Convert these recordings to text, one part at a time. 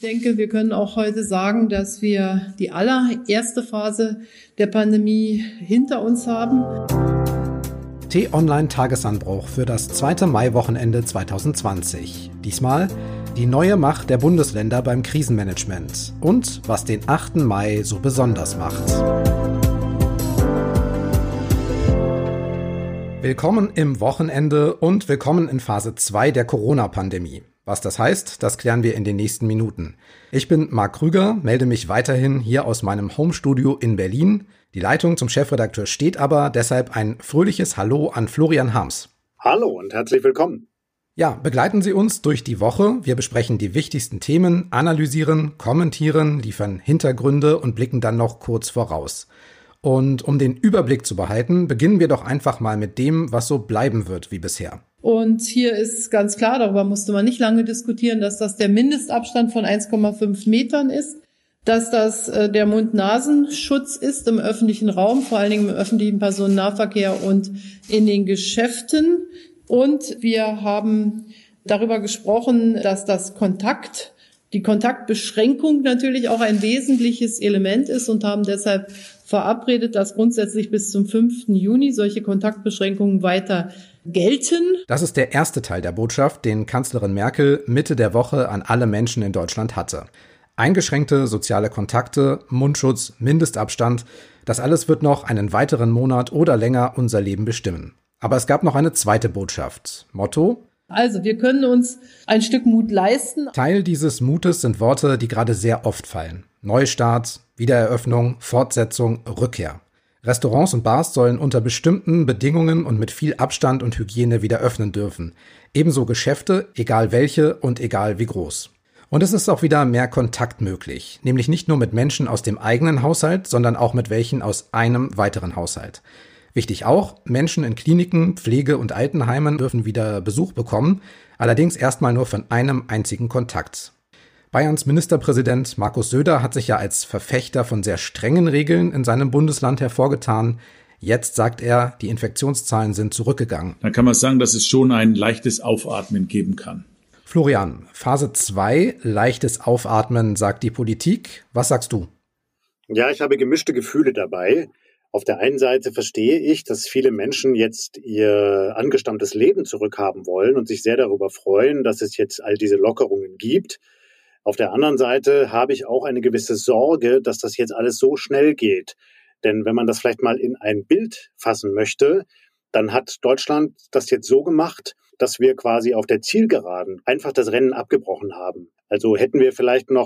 denke, wir können auch heute sagen, dass wir die allererste Phase der Pandemie hinter uns haben. T-Online-Tagesanbruch für das 2. Mai-Wochenende 2020. Diesmal die neue Macht der Bundesländer beim Krisenmanagement und was den 8. Mai so besonders macht. Willkommen im Wochenende und willkommen in Phase 2 der Corona-Pandemie. Was das heißt, das klären wir in den nächsten Minuten. Ich bin Marc Krüger, melde mich weiterhin hier aus meinem Homestudio in Berlin. Die Leitung zum Chefredakteur steht aber, deshalb ein fröhliches Hallo an Florian Harms. Hallo und herzlich willkommen. Ja, begleiten Sie uns durch die Woche. Wir besprechen die wichtigsten Themen, analysieren, kommentieren, liefern Hintergründe und blicken dann noch kurz voraus. Und um den Überblick zu behalten, beginnen wir doch einfach mal mit dem, was so bleiben wird wie bisher. Und hier ist ganz klar, darüber musste man nicht lange diskutieren, dass das der Mindestabstand von 1,5 Metern ist, dass das der Mund-Nasen-Schutz ist im öffentlichen Raum, vor allen Dingen im öffentlichen Personennahverkehr und in den Geschäften. Und wir haben darüber gesprochen, dass die Kontaktbeschränkung natürlich auch ein wesentliches Element ist und haben deshalb verabredet, dass grundsätzlich bis zum 5. Juni solche Kontaktbeschränkungen weiter gelten. Das ist der erste Teil der Botschaft, den Kanzlerin Merkel Mitte der Woche an alle Menschen in Deutschland hatte. Eingeschränkte soziale Kontakte, Mundschutz, Mindestabstand, das alles wird noch einen weiteren Monat oder länger unser Leben bestimmen. Aber es gab noch eine zweite Botschaft. Motto? Also, wir können uns ein Stück Mut leisten. Teil dieses Mutes sind Worte, die gerade sehr oft fallen. Neustart, Wiedereröffnung, Fortsetzung, Rückkehr. Restaurants und Bars sollen unter bestimmten Bedingungen und mit viel Abstand und Hygiene wieder öffnen dürfen. Ebenso Geschäfte, egal welche und egal wie groß. Und es ist auch wieder mehr Kontakt möglich, nämlich nicht nur mit Menschen aus dem eigenen Haushalt, sondern auch mit welchen aus einem weiteren Haushalt. Wichtig auch, Menschen in Kliniken, Pflege- und Altenheimen dürfen wieder Besuch bekommen, allerdings erstmal nur von einem einzigen Kontakt. Bayerns Ministerpräsident Markus Söder hat sich ja als Verfechter von sehr strengen Regeln in seinem Bundesland hervorgetan. Jetzt sagt er, die Infektionszahlen sind zurückgegangen. Dann kann man sagen, dass es schon ein leichtes Aufatmen geben kann. Florian, Phase 2, leichtes Aufatmen, sagt die Politik. Was sagst du? Ja, ich habe gemischte Gefühle dabei. Auf der einen Seite verstehe ich, dass viele Menschen jetzt ihr angestammtes Leben zurückhaben wollen und sich sehr darüber freuen, dass es jetzt all diese Lockerungen gibt. Auf der anderen Seite habe ich auch eine gewisse Sorge, dass das jetzt alles so schnell geht. Denn wenn man das vielleicht mal in ein Bild fassen möchte, dann hat Deutschland das jetzt so gemacht, dass wir quasi auf der Zielgeraden einfach das Rennen abgebrochen haben. Also hätten wir vielleicht noch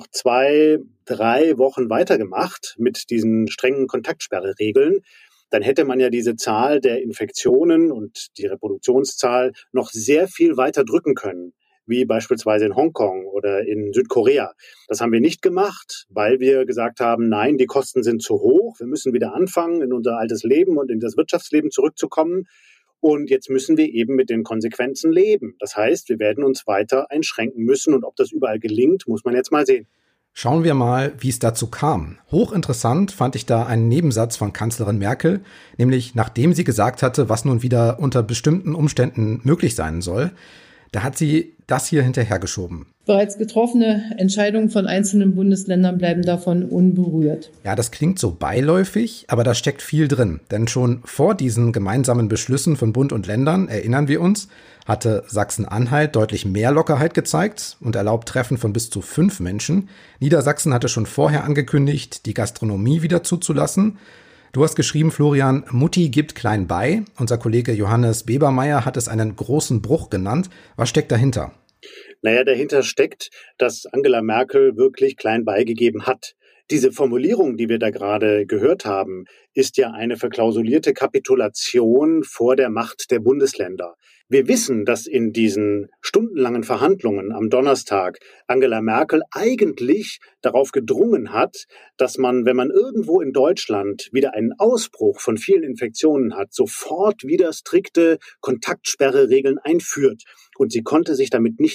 2-3 Wochen weitergemacht mit diesen strengen Kontaktsperreregeln, dann hätte man ja diese Zahl der Infektionen und die Reproduktionszahl noch sehr viel weiter drücken können, wie beispielsweise in Hongkong oder in Südkorea. Das haben wir nicht gemacht, weil wir gesagt haben, nein, die Kosten sind zu hoch, wir müssen wieder anfangen, in unser altes Leben und in das Wirtschaftsleben zurückzukommen. Und jetzt müssen wir eben mit den Konsequenzen leben. Das heißt, wir werden uns weiter einschränken müssen und ob das überall gelingt, muss man jetzt mal sehen. Schauen wir mal, wie es dazu kam. Hochinteressant fand ich da einen Nebensatz von Kanzlerin Merkel, nämlich nachdem sie gesagt hatte, was nun wieder unter bestimmten Umständen möglich sein soll. Da hat sie das hier hinterhergeschoben. Bereits getroffene Entscheidungen von einzelnen Bundesländern bleiben davon unberührt. Ja, das klingt so beiläufig, aber da steckt viel drin. Denn schon vor diesen gemeinsamen Beschlüssen von Bund und Ländern, erinnern wir uns, hatte Sachsen-Anhalt deutlich mehr Lockerheit gezeigt und erlaubt Treffen von bis zu 5 Menschen. Niedersachsen hatte schon vorher angekündigt, die Gastronomie wieder zuzulassen. Du hast geschrieben, Florian, Mutti gibt klein bei. Unser Kollege Johannes Bebermeier hat es einen großen Bruch genannt. Was steckt dahinter? Naja, dahinter steckt, dass Angela Merkel wirklich klein beigegeben hat. Diese Formulierung, die wir da gerade gehört haben, ist ja eine verklausulierte Kapitulation vor der Macht der Bundesländer. Wir wissen, dass in diesen stundenlangen Verhandlungen am Donnerstag Angela Merkel eigentlich darauf gedrungen hat, dass man, wenn man irgendwo in Deutschland wieder einen Ausbruch von vielen Infektionen hat, sofort wieder strikte Kontaktsperreregeln einführt. Und sie konnte sich damit nicht durchsetzen.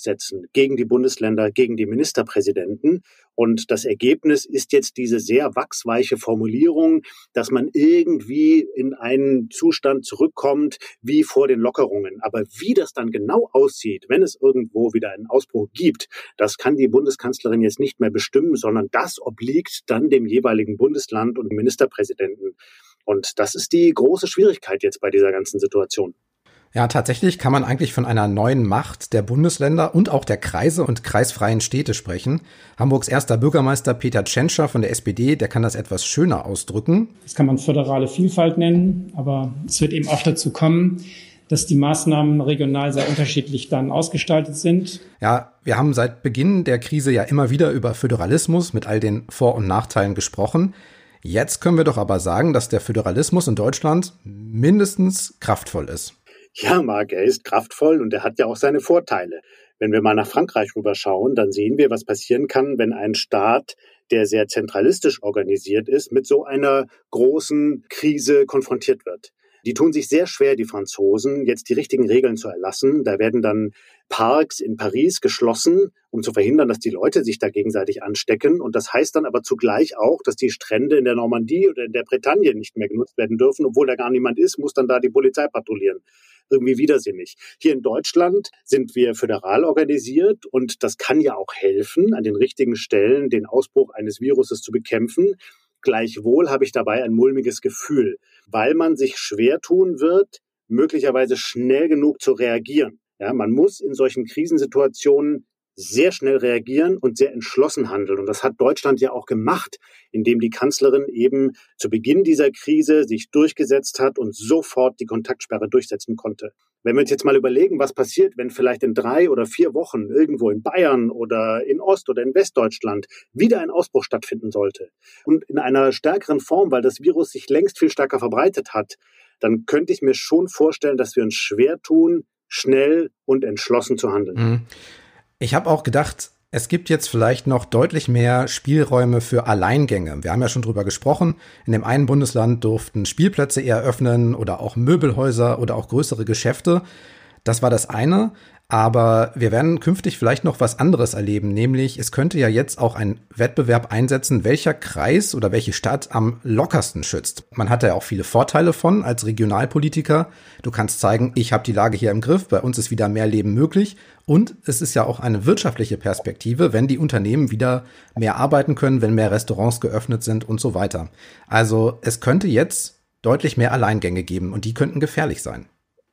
durchsetzen gegen die Bundesländer, gegen die Ministerpräsidenten. Und das Ergebnis ist jetzt diese sehr wachsweiche Formulierung, dass man irgendwie in einen Zustand zurückkommt wie vor den Lockerungen. Aber wie das dann genau aussieht, wenn es irgendwo wieder einen Ausbruch gibt, das kann die Bundeskanzlerin jetzt nicht mehr bestimmen, sondern das obliegt dann dem jeweiligen Bundesland und Ministerpräsidenten. Und das ist die große Schwierigkeit jetzt bei dieser ganzen Situation. Ja, tatsächlich kann man eigentlich von einer neuen Macht der Bundesländer und auch der Kreise und kreisfreien Städte sprechen. Hamburgs erster Bürgermeister Peter Tschentscher von der SPD, der kann das etwas schöner ausdrücken. Das kann man föderale Vielfalt nennen, aber es wird eben auch dazu kommen, dass die Maßnahmen regional sehr unterschiedlich dann ausgestaltet sind. Ja, wir haben seit Beginn der Krise ja immer wieder über Föderalismus mit all den Vor- und Nachteilen gesprochen. Jetzt können wir doch aber sagen, dass der Föderalismus in Deutschland mindestens kraftvoll ist. Ja, Marc, er ist kraftvoll und er hat ja auch seine Vorteile. Wenn wir mal nach Frankreich rüberschauen, dann sehen wir, was passieren kann, wenn ein Staat, der sehr zentralistisch organisiert ist, mit so einer großen Krise konfrontiert wird. Die tun sich sehr schwer, die Franzosen, jetzt die richtigen Regeln zu erlassen. Da werden dann Parks in Paris geschlossen, um zu verhindern, dass die Leute sich da gegenseitig anstecken. Und das heißt dann aber zugleich auch, dass die Strände in der Normandie oder in der Bretagne nicht mehr genutzt werden dürfen. Obwohl da gar niemand ist, muss dann da die Polizei patrouillieren. Irgendwie widersinnig. Hier in Deutschland sind wir föderal organisiert und das kann ja auch helfen, an den richtigen Stellen den Ausbruch eines Viruses zu bekämpfen. Gleichwohl habe ich dabei ein mulmiges Gefühl, weil man sich schwer tun wird, möglicherweise schnell genug zu reagieren. Ja, man muss in solchen Krisensituationen sehr schnell reagieren und sehr entschlossen handeln. Und das hat Deutschland ja auch gemacht, indem die Kanzlerin eben zu Beginn dieser Krise sich durchgesetzt hat und sofort die Kontaktsperre durchsetzen konnte. Wenn wir uns jetzt mal überlegen, was passiert, wenn vielleicht in 3 oder 4 Wochen irgendwo in Bayern oder in Ost- oder in Westdeutschland wieder ein Ausbruch stattfinden sollte und in einer stärkeren Form, weil das Virus sich längst viel stärker verbreitet hat, dann könnte ich mir schon vorstellen, dass wir uns schwer tun, schnell und entschlossen zu handeln. Mhm. Ich habe auch gedacht, es gibt jetzt vielleicht noch deutlich mehr Spielräume für Alleingänge. Wir haben ja schon drüber gesprochen. In dem einen Bundesland durften Spielplätze eher öffnen oder auch Möbelhäuser oder auch größere Geschäfte. Das war das eine. Aber wir werden künftig vielleicht noch was anderes erleben, nämlich es könnte ja jetzt auch ein Wettbewerb einsetzen, welcher Kreis oder welche Stadt am lockersten schützt. Man hat ja auch viele Vorteile von als Regionalpolitiker. Du kannst zeigen, ich habe die Lage hier im Griff, bei uns ist wieder mehr Leben möglich. Und es ist ja auch eine wirtschaftliche Perspektive, wenn die Unternehmen wieder mehr arbeiten können, wenn mehr Restaurants geöffnet sind und so weiter. Also es könnte jetzt deutlich mehr Alleingänge geben und die könnten gefährlich sein.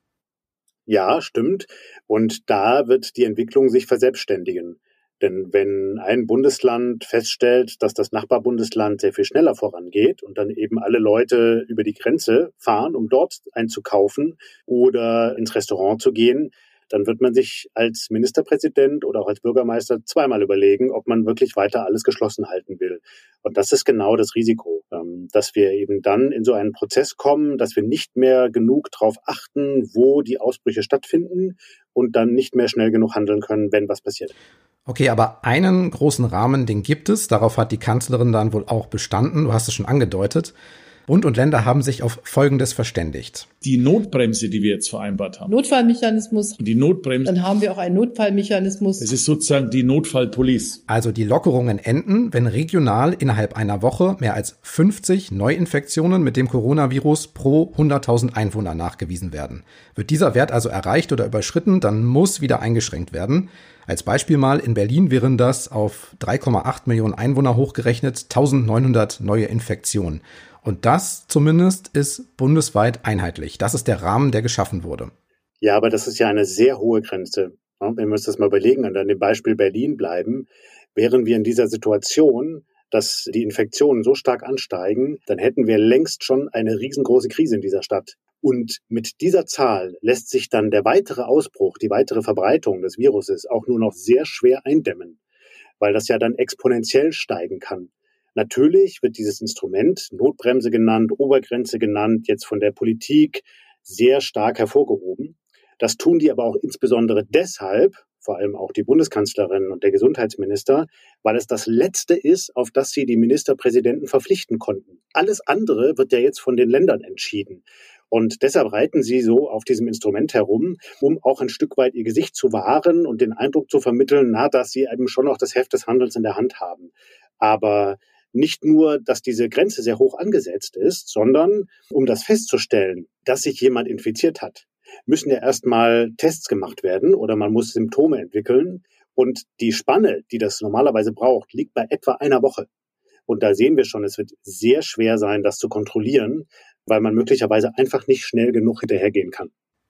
Ja, stimmt. Und da wird die Entwicklung sich verselbstständigen. Denn wenn ein Bundesland feststellt, dass das Nachbarbundesland sehr viel schneller vorangeht und dann eben alle Leute über die Grenze fahren, um dort einzukaufen oder ins Restaurant zu gehen, dann wird man sich als Ministerpräsident oder auch als Bürgermeister zweimal überlegen, ob man wirklich weiter alles geschlossen halten will. Und das ist genau das Risiko, dass wir eben dann in so einen Prozess kommen, dass wir nicht mehr genug darauf achten, wo die Ausbrüche stattfinden und dann nicht mehr schnell genug handeln können, wenn was passiert. Okay, aber einen großen Rahmen, den gibt es. Darauf hat die Kanzlerin dann wohl auch bestanden. Du hast es schon angedeutet. Bund und Länder haben sich auf Folgendes verständigt. Die Notbremse, die wir jetzt vereinbart haben. Notfallmechanismus. Die Notbremse. Dann haben wir auch einen Notfallmechanismus. Es ist sozusagen die Notfallpolice. Also die Lockerungen enden, wenn regional innerhalb einer Woche mehr als 50 Neuinfektionen mit dem Coronavirus pro 100.000 Einwohner nachgewiesen werden. Wird dieser Wert also erreicht oder überschritten, dann muss wieder eingeschränkt werden. Als Beispiel mal, in Berlin wären das auf 3,8 Millionen Einwohner hochgerechnet 1900 neue Infektionen. Und das zumindest ist bundesweit einheitlich. Das ist der Rahmen, der geschaffen wurde. Ja, aber das ist ja eine sehr hohe Grenze. Wenn wir uns das mal überlegen und an dem Beispiel Berlin bleiben, wären wir in dieser Situation, dass die Infektionen so stark ansteigen, dann hätten wir längst schon eine riesengroße Krise in dieser Stadt. Und mit dieser Zahl lässt sich dann der weitere Ausbruch, die weitere Verbreitung des Viruses auch nur noch sehr schwer eindämmen, weil das ja dann exponentiell steigen kann. Natürlich wird dieses Instrument, Notbremse genannt, Obergrenze genannt, jetzt von der Politik sehr stark hervorgehoben. Das tun die aber auch insbesondere deshalb, vor allem auch die Bundeskanzlerin und der Gesundheitsminister, weil es das Letzte ist, auf das sie die Ministerpräsidenten verpflichten konnten. Alles andere wird ja jetzt von den Ländern entschieden. Und deshalb reiten sie so auf diesem Instrument herum, um auch ein Stück weit ihr Gesicht zu wahren und den Eindruck zu vermitteln, dass sie eben schon noch das Heft des Handelns in der Hand haben. Aber nicht nur, dass diese Grenze sehr hoch angesetzt ist, sondern um das festzustellen, dass sich jemand infiziert hat, müssen ja erstmal Tests gemacht werden oder man muss Symptome entwickeln. Und die Spanne, die das normalerweise braucht, liegt bei etwa einer Woche. Und da sehen wir schon, es wird sehr schwer sein, das zu kontrollieren, weil man möglicherweise einfach nicht schnell genug hinterhergehen kann.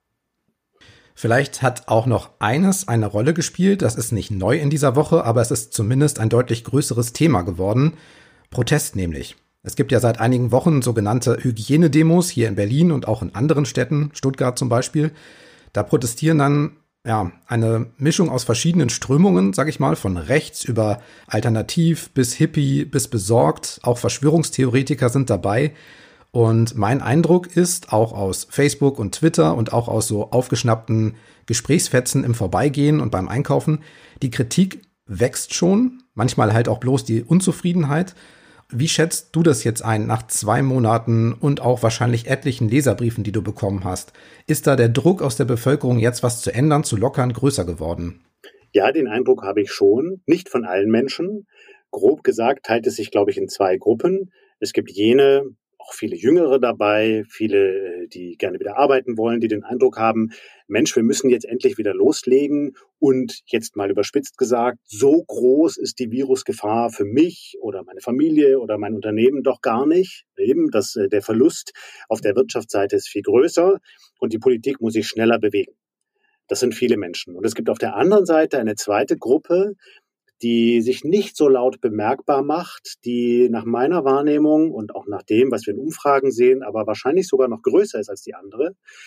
Vielleicht hat auch noch eines eine Rolle gespielt, das ist nicht neu in dieser Woche, aber es ist zumindest ein deutlich größeres Thema geworden. Protest nämlich. Es gibt ja seit einigen Wochen sogenannte Hygienedemos hier in Berlin und auch in anderen Städten, Stuttgart zum Beispiel. Da protestieren dann eine Mischung aus verschiedenen Strömungen, sag ich mal, von rechts über alternativ bis Hippie bis besorgt. Auch Verschwörungstheoretiker sind dabei. Und mein Eindruck ist, auch aus Facebook und Twitter und auch aus so aufgeschnappten Gesprächsfetzen im Vorbeigehen und beim Einkaufen, die Kritik wächst schon, manchmal halt auch bloß die Unzufriedenheit. Wie schätzt du das jetzt ein nach 2 Monaten und auch wahrscheinlich etlichen Leserbriefen, die du bekommen hast? Ist da der Druck aus der Bevölkerung, jetzt was zu ändern, zu lockern, größer geworden? Ja, den Eindruck habe ich schon. Nicht von allen Menschen. Grob gesagt teilt es sich, glaube ich, in 2 Gruppen. Es gibt jene, auch viele Jüngere dabei, viele, die gerne wieder arbeiten wollen, die den Eindruck haben, Mensch, wir müssen jetzt endlich wieder loslegen und jetzt mal überspitzt gesagt, so groß ist die Virusgefahr für mich oder meine Familie oder mein Unternehmen doch gar nicht. Eben, der Verlust auf der Wirtschaftsseite ist viel größer und die Politik muss sich schneller bewegen. Das sind viele Menschen. Und es gibt auf der anderen Seite eine zweite Gruppe, die sich nicht so laut bemerkbar macht, die nach meiner Wahrnehmung und auch nach dem, was wir in Umfragen sehen, aber wahrscheinlich sogar noch größer ist als die andere,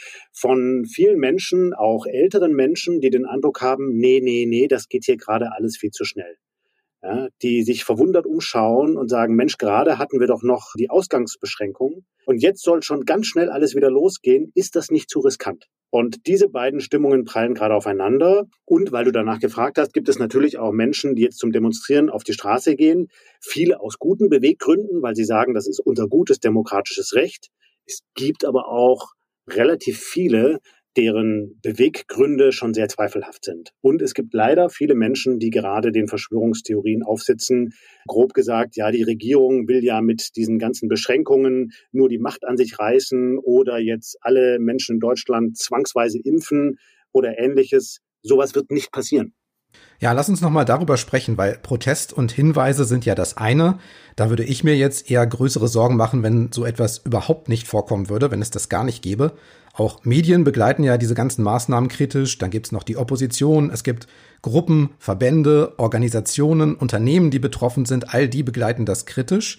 von vielen Menschen, auch älteren Menschen, die den Eindruck haben, nee, das geht hier gerade alles viel zu schnell. Ja, die sich verwundert umschauen und sagen, Mensch, gerade hatten wir doch noch die Ausgangsbeschränkungen und jetzt soll schon ganz schnell alles wieder losgehen. Ist das nicht zu riskant? Und diese beiden Stimmungen prallen gerade aufeinander. Und weil du danach gefragt hast, gibt es natürlich auch Menschen, die jetzt zum Demonstrieren auf die Straße gehen. Viele aus guten Beweggründen, weil sie sagen, das ist unser gutes demokratisches Recht. Es gibt aber auch relativ viele, deren Beweggründe schon sehr zweifelhaft sind. Und es gibt leider viele Menschen, die gerade den Verschwörungstheorien aufsitzen. Grob gesagt, ja, die Regierung will ja mit diesen ganzen Beschränkungen nur die Macht an sich reißen oder jetzt alle Menschen in Deutschland zwangsweise impfen oder Ähnliches. Sowas wird nicht passieren. Ja, lass uns nochmal darüber sprechen, weil Protest und Hinweise sind ja das eine. Da würde ich mir jetzt eher größere Sorgen machen, wenn so etwas überhaupt nicht vorkommen würde, wenn es das gar nicht gäbe. Auch Medien begleiten ja diese ganzen Maßnahmen kritisch. Dann gibt's noch die Opposition. Es gibt Gruppen, Verbände, Organisationen, Unternehmen, die betroffen sind. All die begleiten das kritisch.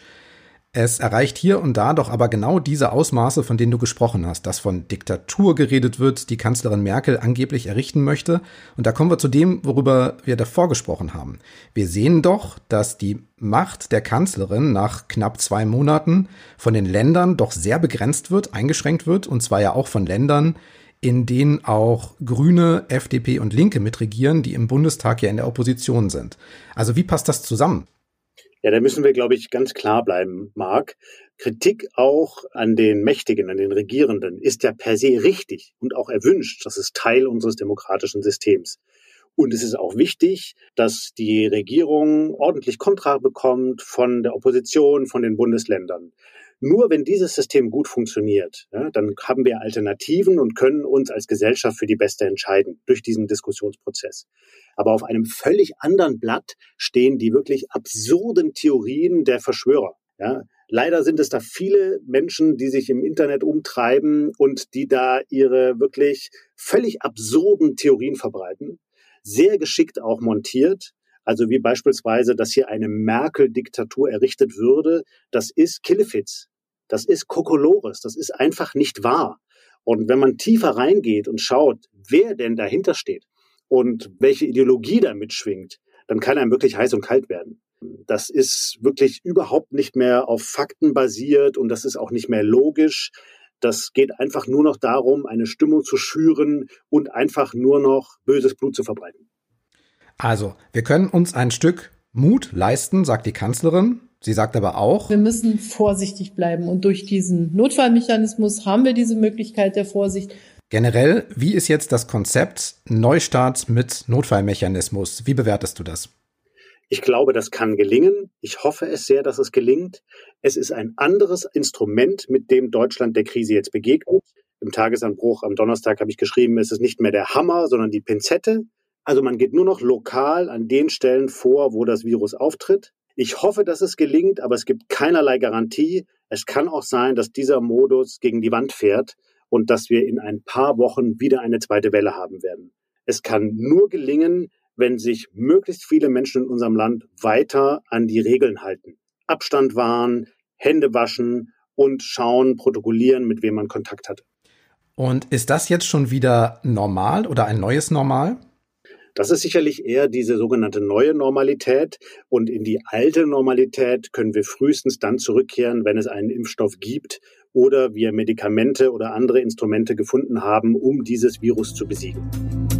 Es erreicht hier und da doch aber genau diese Ausmaße, von denen du gesprochen hast, dass von Diktatur geredet wird, die Kanzlerin Merkel angeblich errichten möchte. Und da kommen wir zu dem, worüber wir davor gesprochen haben. Wir sehen doch, dass die Macht der Kanzlerin nach knapp 2 Monaten von den Ländern doch sehr begrenzt wird, eingeschränkt wird, und zwar ja auch von Ländern, in denen auch Grüne, FDP und Linke mitregieren, die im Bundestag ja in der Opposition sind. Also wie passt das zusammen? Ja, da müssen wir, glaube ich, ganz klar bleiben, Marc. Kritik auch an den Mächtigen, an den Regierenden ist ja per se richtig und auch erwünscht. Das ist Teil unseres demokratischen Systems. Und es ist auch wichtig, dass die Regierung ordentlich Kontra bekommt von der Opposition, von den Bundesländern. Nur wenn dieses System gut funktioniert, ja, dann haben wir Alternativen und können uns als Gesellschaft für die beste entscheiden durch diesen Diskussionsprozess. Aber auf einem völlig anderen Blatt stehen die wirklich absurden Theorien der Verschwörer. Ja. Leider sind es da viele Menschen, die sich im Internet umtreiben und die da ihre wirklich völlig absurden Theorien verbreiten. Sehr geschickt auch montiert. Also wie beispielsweise, dass hier eine Merkel-Diktatur errichtet würde, das ist Killefits, das ist Kokolores, das ist einfach nicht wahr. Und wenn man tiefer reingeht und schaut, wer denn dahinter steht und welche Ideologie da mitschwingt, dann kann einem wirklich heiß und kalt werden. Das ist wirklich überhaupt nicht mehr auf Fakten basiert und das ist auch nicht mehr logisch. Das geht einfach nur noch darum, eine Stimmung zu schüren und einfach nur noch böses Blut zu verbreiten. Also, wir können uns ein Stück Mut leisten, sagt die Kanzlerin. Sie sagt aber auch, wir müssen vorsichtig bleiben. Und durch diesen Notfallmechanismus haben wir diese Möglichkeit der Vorsicht. Generell, wie ist jetzt das Konzept Neustart mit Notfallmechanismus? Wie bewertest du das? Ich glaube, das kann gelingen. Ich hoffe es sehr, dass es gelingt. Es ist ein anderes Instrument, mit dem Deutschland der Krise jetzt begegnet. Im Tagesanbruch am Donnerstag habe ich geschrieben, es ist nicht mehr der Hammer, sondern die Pinzette. Also man geht nur noch lokal an den Stellen vor, wo das Virus auftritt. Ich hoffe, dass es gelingt, aber es gibt keinerlei Garantie. Es kann auch sein, dass dieser Modus gegen die Wand fährt und dass wir in ein paar Wochen wieder eine zweite Welle haben werden. Es kann nur gelingen, wenn sich möglichst viele Menschen in unserem Land weiter an die Regeln halten. Abstand wahren, Hände waschen und schauen, protokollieren, mit wem man Kontakt hatte. Und ist das jetzt schon wieder normal oder ein neues Normal? Das ist sicherlich eher diese sogenannte neue Normalität. Und in die alte Normalität können wir frühestens dann zurückkehren, wenn es einen Impfstoff gibt oder wir Medikamente oder andere Instrumente gefunden haben, um dieses Virus zu besiegen.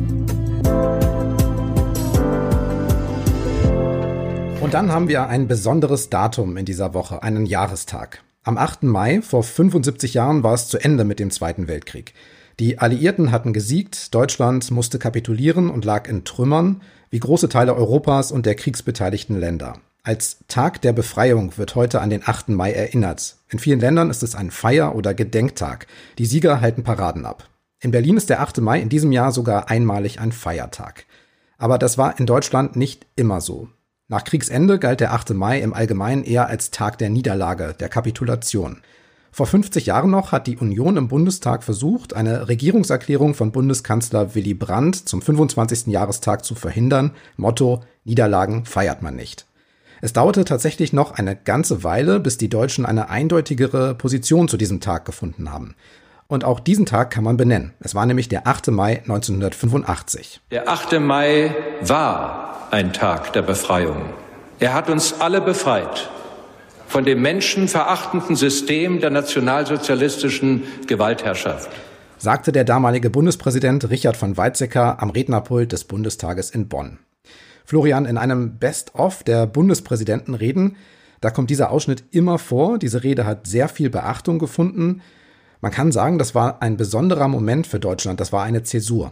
Und dann haben wir ein besonderes Datum in dieser Woche, einen Jahrestag. Am 8. Mai vor 75 Jahren war es zu Ende mit dem Zweiten Weltkrieg. Die Alliierten hatten gesiegt, Deutschland musste kapitulieren und lag in Trümmern, wie große Teile Europas und der kriegsbeteiligten Länder. Als Tag der Befreiung wird heute an den 8. Mai erinnert. In vielen Ländern ist es ein Feier- oder Gedenktag. Die Sieger halten Paraden ab. In Berlin ist der 8. Mai in diesem Jahr sogar einmalig ein Feiertag. Aber das war in Deutschland nicht immer so. Nach Kriegsende galt der 8. Mai im Allgemeinen eher als Tag der Niederlage, der Kapitulation. Vor 50 Jahren noch hat die Union im Bundestag versucht, eine Regierungserklärung von Bundeskanzler Willy Brandt zum 25. Jahrestag zu verhindern. Motto: Niederlagen feiert man nicht. Es dauerte tatsächlich noch eine ganze Weile, bis die Deutschen eine eindeutigere Position zu diesem Tag gefunden haben. Und auch diesen Tag kann man benennen. Es war nämlich der 8. Mai 1985. Der 8. Mai war ein Tag der Befreiung. Er hat uns alle befreit von dem menschenverachtenden System der nationalsozialistischen Gewaltherrschaft, sagte der damalige Bundespräsident Richard von Weizsäcker am Rednerpult des Bundestages in Bonn. Florian, in einem Best-of der Bundespräsidentenreden, da kommt dieser Ausschnitt immer vor. Diese Rede hat sehr viel Beachtung gefunden. Man kann sagen, das war ein besonderer Moment für Deutschland. Das war eine Zäsur.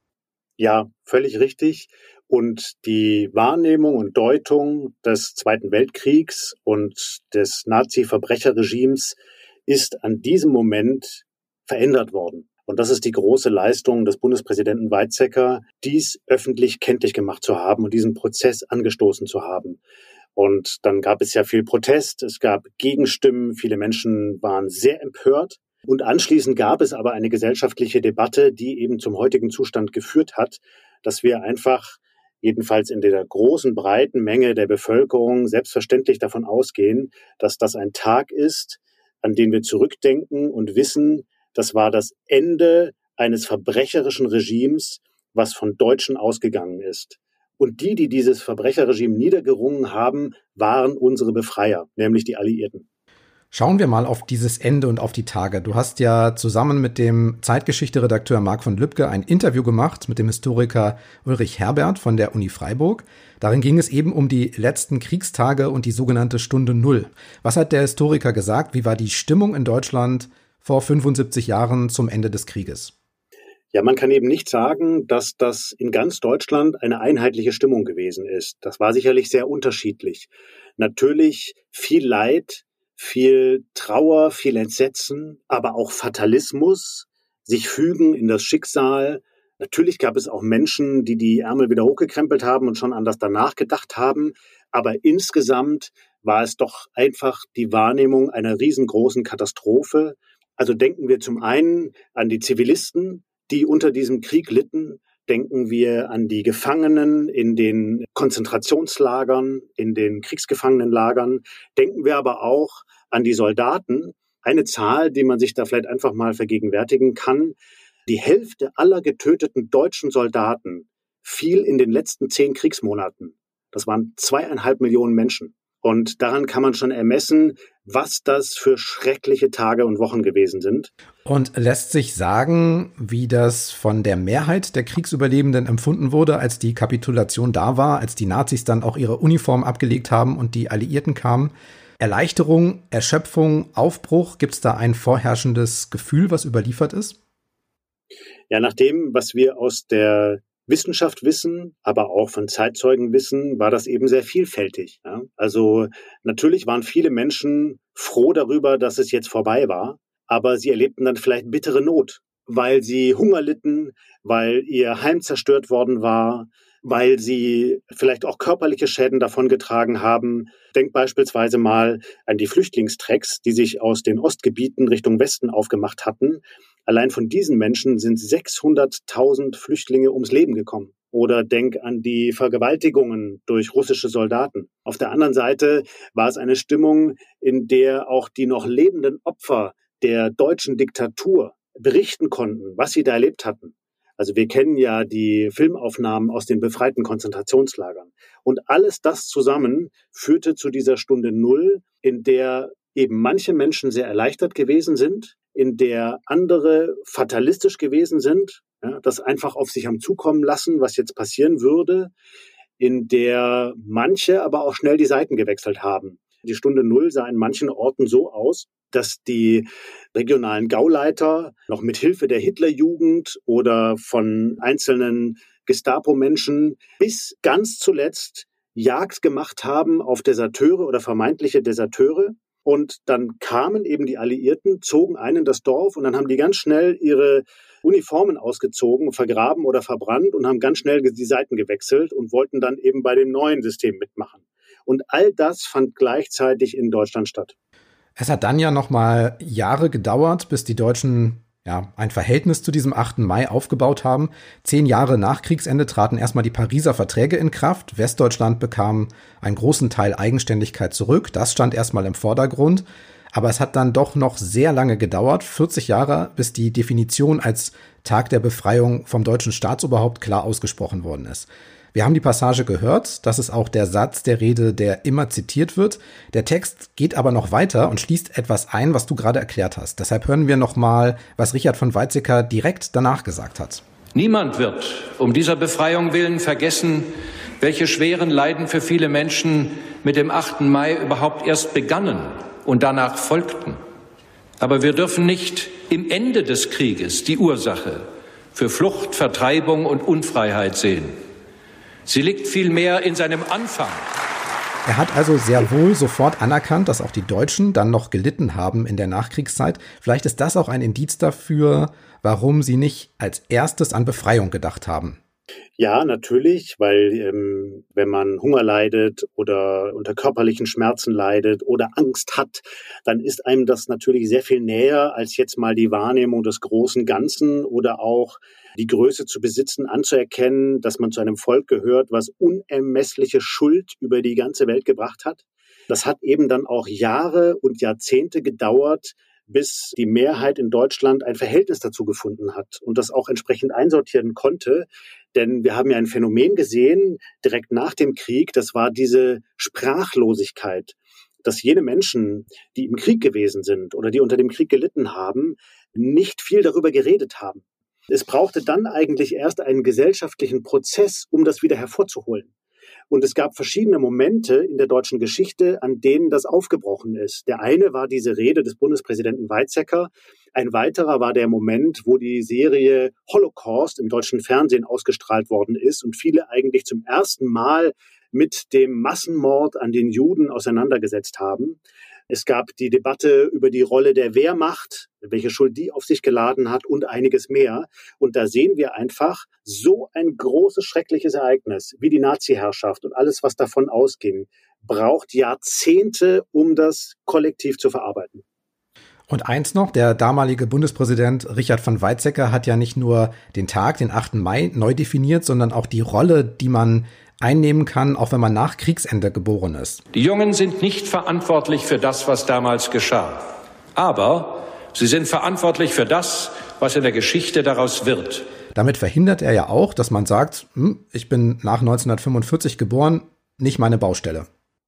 Ja, völlig richtig. Und die Wahrnehmung und Deutung des Zweiten Weltkriegs und des Nazi-Verbrecherregimes ist an diesem Moment verändert worden. Und das ist die große Leistung des Bundespräsidenten Weizsäcker, dies öffentlich kenntlich gemacht zu haben und diesen Prozess angestoßen zu haben. Und dann gab es ja viel Protest, es gab Gegenstimmen, viele Menschen waren sehr empört. Und anschließend gab es aber eine gesellschaftliche Debatte, die eben zum heutigen Zustand geführt hat, dass wir einfach jedenfalls in der großen, breiten Menge der Bevölkerung selbstverständlich davon ausgehen, dass das ein Tag ist, an den wir zurückdenken und wissen, das war das Ende eines verbrecherischen Regimes, was von Deutschen ausgegangen ist. Und die dieses Verbrecherregime niedergerungen haben, waren unsere Befreier, nämlich die Alliierten. Schauen wir mal auf dieses Ende und auf die Tage. Du hast ja zusammen mit dem Zeitgeschichte-Redakteur Marc von Lübcke ein Interview gemacht mit dem Historiker Ulrich Herbert von der Uni Freiburg. Darin ging es eben um die letzten Kriegstage und die sogenannte Stunde Null. Was hat der Historiker gesagt? Wie war die Stimmung in Deutschland vor 75 Jahren zum Ende des Krieges? Ja, man kann eben nicht sagen, dass das in ganz Deutschland eine einheitliche Stimmung gewesen ist. Das war sicherlich sehr unterschiedlich. Natürlich viel Leid, viel Trauer, viel Entsetzen, aber auch Fatalismus, sich fügen in das Schicksal. Natürlich gab es auch Menschen, die die Ärmel wieder hochgekrempelt haben und schon an das danach gedacht haben. Aber insgesamt war es doch einfach die Wahrnehmung einer riesengroßen Katastrophe. Also denken wir zum einen an die Zivilisten, die unter diesem Krieg litten. Denken wir an die Gefangenen in den Konzentrationslagern, in den Kriegsgefangenenlagern. Denken wir aber auch an die Soldaten. Eine Zahl, die man sich da vielleicht einfach mal vergegenwärtigen kann. Die Hälfte aller getöteten deutschen Soldaten fiel in den letzten 10 Kriegsmonaten. Das waren 2,5 Millionen Menschen. Und daran kann man schon ermessen, was das für schreckliche Tage und Wochen gewesen sind. Und lässt sich sagen, wie das von der Mehrheit der Kriegsüberlebenden empfunden wurde, als die Kapitulation da war, als die Nazis dann auch ihre Uniform abgelegt haben und die Alliierten kamen? Erleichterung, Erschöpfung, Aufbruch? Gibt es da ein vorherrschendes Gefühl, was überliefert ist? Ja, nach dem, was wir aus der Wissenschaft wissen, aber auch von Zeitzeugen wissen, war das eben sehr vielfältig. Ja? Also natürlich waren viele Menschen froh darüber, dass es jetzt vorbei war, aber sie erlebten dann vielleicht bittere Not, weil sie Hunger litten, weil ihr Heim zerstört worden war, weil sie vielleicht auch körperliche Schäden davongetragen haben. Denk beispielsweise mal an die Flüchtlingstrecks, die sich aus den Ostgebieten Richtung Westen aufgemacht hatten. Allein von diesen Menschen sind 600.000 Flüchtlinge ums Leben gekommen. Oder denk an die Vergewaltigungen durch russische Soldaten. Auf der anderen Seite war es eine Stimmung, in der auch die noch lebenden Opfer der deutschen Diktatur berichten konnten, was sie da erlebt hatten. Also wir kennen ja die Filmaufnahmen aus den befreiten Konzentrationslagern. Und alles das zusammen führte zu dieser Stunde Null, in der eben manche Menschen sehr erleichtert gewesen sind, in der andere fatalistisch gewesen sind, ja, das einfach auf sich haben zukommen lassen, was jetzt passieren würde, in der manche aber auch schnell die Seiten gewechselt haben. Die Stunde Null sah in manchen Orten so aus, dass die regionalen Gauleiter noch mit Hilfe der Hitlerjugend oder von einzelnen Gestapo-Menschen bis ganz zuletzt Jagd gemacht haben auf Deserteure oder vermeintliche Deserteure. Und dann kamen eben die Alliierten, zogen ein in das Dorf und dann haben die ganz schnell ihre Uniformen ausgezogen, vergraben oder verbrannt und haben ganz schnell die Seiten gewechselt und wollten dann eben bei dem neuen System mitmachen. Und all das fand gleichzeitig in Deutschland statt. Es hat dann ja noch mal Jahre gedauert, bis die Deutschen ein Verhältnis zu diesem 8. Mai aufgebaut haben. 10 Jahre nach Kriegsende traten erstmal die Pariser Verträge in Kraft. Westdeutschland bekam einen großen Teil Eigenständigkeit zurück. Das stand erstmal im Vordergrund. Aber es hat dann doch noch sehr lange gedauert, 40 Jahre, bis die Definition als Tag der Befreiung vom deutschen Staatsoberhaupt klar ausgesprochen worden ist. Wir haben die Passage gehört, das ist auch der Satz der Rede, der immer zitiert wird. Der Text geht aber noch weiter und schließt etwas ein, was du gerade erklärt hast. Deshalb hören wir noch mal, was Richard von Weizsäcker direkt danach gesagt hat. Niemand wird um dieser Befreiung willen vergessen, welche schweren Leiden für viele Menschen mit dem 8. Mai überhaupt erst begannen und danach folgten. Aber wir dürfen nicht im Ende des Krieges die Ursache für Flucht, Vertreibung und Unfreiheit sehen. Sie liegt vielmehr in seinem Anfang. Er hat also sehr wohl sofort anerkannt, dass auch die Deutschen dann noch gelitten haben in der Nachkriegszeit. Vielleicht ist das auch ein Indiz dafür, warum sie nicht als erstes an Befreiung gedacht haben. Ja, natürlich, weil wenn man Hunger leidet oder unter körperlichen Schmerzen leidet oder Angst hat, dann ist einem das natürlich sehr viel näher, als jetzt mal die Wahrnehmung des großen Ganzen oder auch die Größe zu besitzen, anzuerkennen, dass man zu einem Volk gehört, was unermessliche Schuld über die ganze Welt gebracht hat. Das hat eben dann auch Jahre und Jahrzehnte gedauert, bis die Mehrheit in Deutschland ein Verhältnis dazu gefunden hat und das auch entsprechend einsortieren konnte. Denn wir haben ja ein Phänomen gesehen, direkt nach dem Krieg, das war diese Sprachlosigkeit, dass jene Menschen, die im Krieg gewesen sind oder die unter dem Krieg gelitten haben, nicht viel darüber geredet haben. Es brauchte dann eigentlich erst einen gesellschaftlichen Prozess, um das wieder hervorzuholen. Und es gab verschiedene Momente in der deutschen Geschichte, an denen das aufgebrochen ist. Der eine war diese Rede des Bundespräsidenten Weizsäcker. Ein weiterer war der Moment, wo die Serie Holocaust im deutschen Fernsehen ausgestrahlt worden ist und viele eigentlich zum ersten Mal mit dem Massenmord an den Juden auseinandergesetzt haben. Es gab die Debatte über die Rolle der Wehrmacht, welche Schuld die auf sich geladen hat und einiges mehr. Und da sehen wir einfach so ein großes, schreckliches Ereignis wie die Nazi-Herrschaft und alles, was davon ausging, braucht Jahrzehnte, um das kollektiv zu verarbeiten. Und eins noch, der damalige Bundespräsident Richard von Weizsäcker hat ja nicht nur den Tag, den 8. Mai, neu definiert, sondern auch die Rolle, die man einnehmen kann, auch wenn man nach Kriegsende geboren ist. Die Jungen sind nicht verantwortlich für das, was damals geschah. Aber sie sind verantwortlich für das, was in der Geschichte daraus wird. Damit verhindert er ja auch, dass man sagt, ich bin nach 1945 geboren, nicht meine Baustelle.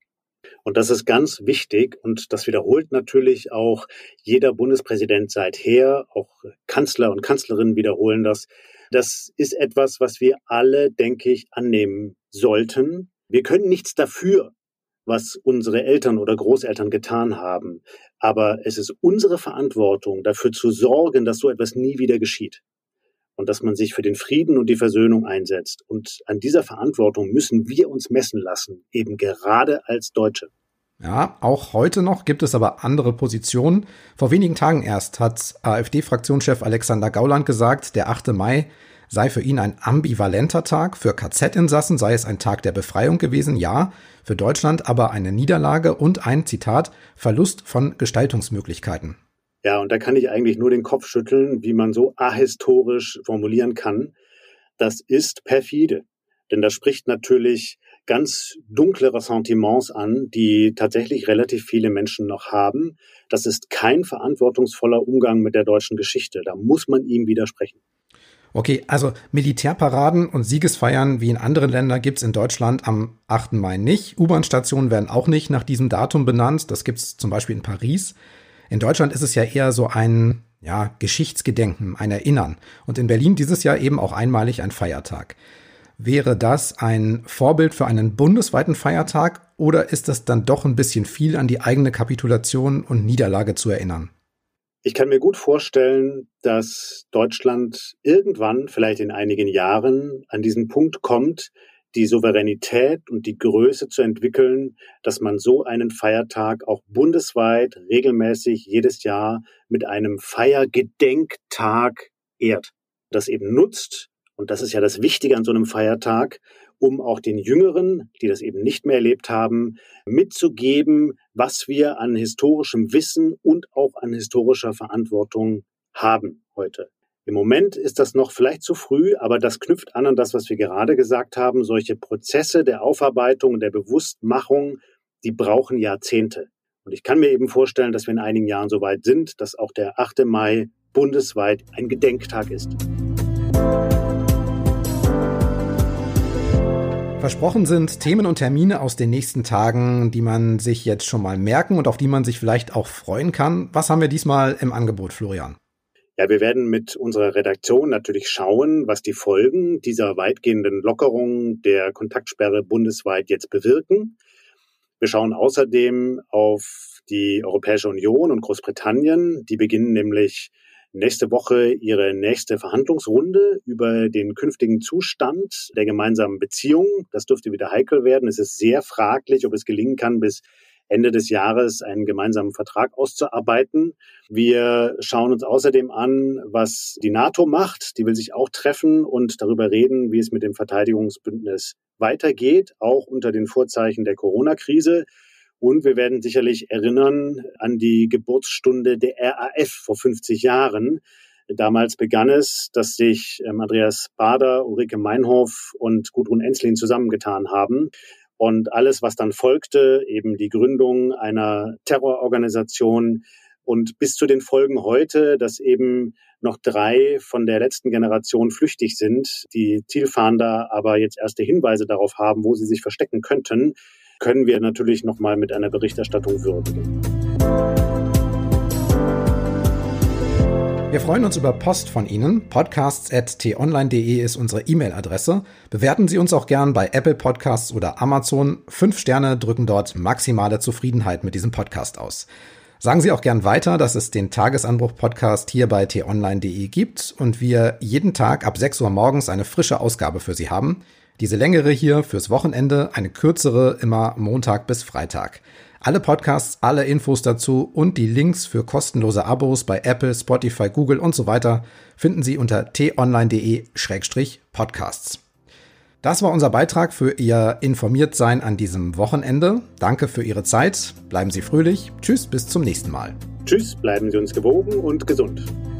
Und das ist ganz wichtig und das wiederholt natürlich auch jeder Bundespräsident seither, auch Kanzler und Kanzlerinnen wiederholen das. Das ist etwas, was wir alle, denke ich, annehmen sollten. Wir können nichts dafür, was unsere Eltern oder Großeltern getan haben. Aber es ist unsere Verantwortung, dafür zu sorgen, dass so etwas nie wieder geschieht. Und dass man sich für den Frieden und die Versöhnung einsetzt. Und an dieser Verantwortung müssen wir uns messen lassen, eben gerade als Deutsche. Ja, auch heute noch gibt es aber andere Positionen. Vor wenigen Tagen erst hat AfD-Fraktionschef Alexander Gauland gesagt, der 8. Mai sei für ihn ein ambivalenter Tag. Für KZ-Insassen sei es ein Tag der Befreiung gewesen, ja. Für Deutschland aber eine Niederlage und ein, Zitat, Verlust von Gestaltungsmöglichkeiten. Ja, und da kann ich eigentlich nur den Kopf schütteln, wie man so ahistorisch formulieren kann. Das ist perfide. Denn das spricht natürlich ganz dunkle Ressentiments an, die tatsächlich relativ viele Menschen noch haben. Das ist kein verantwortungsvoller Umgang mit der deutschen Geschichte. Da muss man ihm widersprechen. Okay, also Militärparaden und Siegesfeiern wie in anderen Ländern gibt's in Deutschland am 8. Mai nicht. U-Bahn-Stationen werden auch nicht nach diesem Datum benannt. Das gibt's zum Beispiel in Paris. In Deutschland ist es ja eher so ein Geschichtsgedenken, ein Erinnern. Und in Berlin dieses Jahr eben auch einmalig ein Feiertag. Wäre das ein Vorbild für einen bundesweiten Feiertag oder ist das dann doch ein bisschen viel, an die eigene Kapitulation und Niederlage zu erinnern? Ich kann mir gut vorstellen, dass Deutschland irgendwann, vielleicht in einigen Jahren, an diesen Punkt kommt, die Souveränität und die Größe zu entwickeln, dass man so einen Feiertag auch bundesweit regelmäßig jedes Jahr mit einem Feiergedenktag ehrt. Das eben nutzt, und das ist ja das Wichtige an so einem Feiertag, um auch den Jüngeren, die das eben nicht mehr erlebt haben, mitzugeben, was wir an historischem Wissen und auch an historischer Verantwortung haben heute. Im Moment ist das noch vielleicht zu früh, aber das knüpft an das, was wir gerade gesagt haben. Solche Prozesse der Aufarbeitung, der Bewusstmachung, die brauchen Jahrzehnte. Und ich kann mir eben vorstellen, dass wir in einigen Jahren so weit sind, dass auch der 8. Mai bundesweit ein Gedenktag ist. Versprochen sind Themen und Termine aus den nächsten Tagen, die man sich jetzt schon mal merken und auf die man sich vielleicht auch freuen kann. Was haben wir diesmal im Angebot, Florian? Ja, wir werden mit unserer Redaktion natürlich schauen, was die Folgen dieser weitgehenden Lockerung der Kontaktsperre bundesweit jetzt bewirken. Wir schauen außerdem auf die Europäische Union und Großbritannien. Die beginnen nämlich nächste Woche ihre nächste Verhandlungsrunde über den künftigen Zustand der gemeinsamen Beziehungen. Das dürfte wieder heikel werden. Es ist sehr fraglich, ob es gelingen kann, bis Ende des Jahres einen gemeinsamen Vertrag auszuarbeiten. Wir schauen uns außerdem an, was die NATO macht. Die will sich auch treffen und darüber reden, wie es mit dem Verteidigungsbündnis weitergeht, auch unter den Vorzeichen der Corona-Krise. Und wir werden sicherlich erinnern an die Geburtsstunde der RAF vor 50 Jahren. Damals begann es, dass sich Andreas Baader, Ulrike Meinhof und Gudrun Ensslin zusammengetan haben. Und alles, was dann folgte, eben die Gründung einer Terrororganisation und bis zu den Folgen heute, dass eben noch 3 von der letzten Generation flüchtig sind, die Zielfahnder aber jetzt erste Hinweise darauf haben, wo sie sich verstecken könnten, können wir natürlich nochmal mit einer Berichterstattung würdigen. Wir freuen uns über Post von Ihnen. podcasts@t-online.de ist unsere E-Mail-Adresse. Bewerten Sie uns auch gern bei Apple Podcasts oder Amazon. 5 Sterne drücken dort maximale Zufriedenheit mit diesem Podcast aus. Sagen Sie auch gern weiter, dass es den Tagesanbruch-Podcast hier bei t-online.de gibt und wir jeden Tag ab 6 Uhr morgens eine frische Ausgabe für Sie haben. Diese längere hier fürs Wochenende, eine kürzere immer Montag bis Freitag. Alle Podcasts, alle Infos dazu und die Links für kostenlose Abos bei Apple, Spotify, Google und so weiter finden Sie unter t-online.de/podcasts. Das war unser Beitrag für Ihr Informiertsein an diesem Wochenende. Danke für Ihre Zeit. Bleiben Sie fröhlich. Tschüss, bis zum nächsten Mal. Tschüss, bleiben Sie uns gewogen und gesund.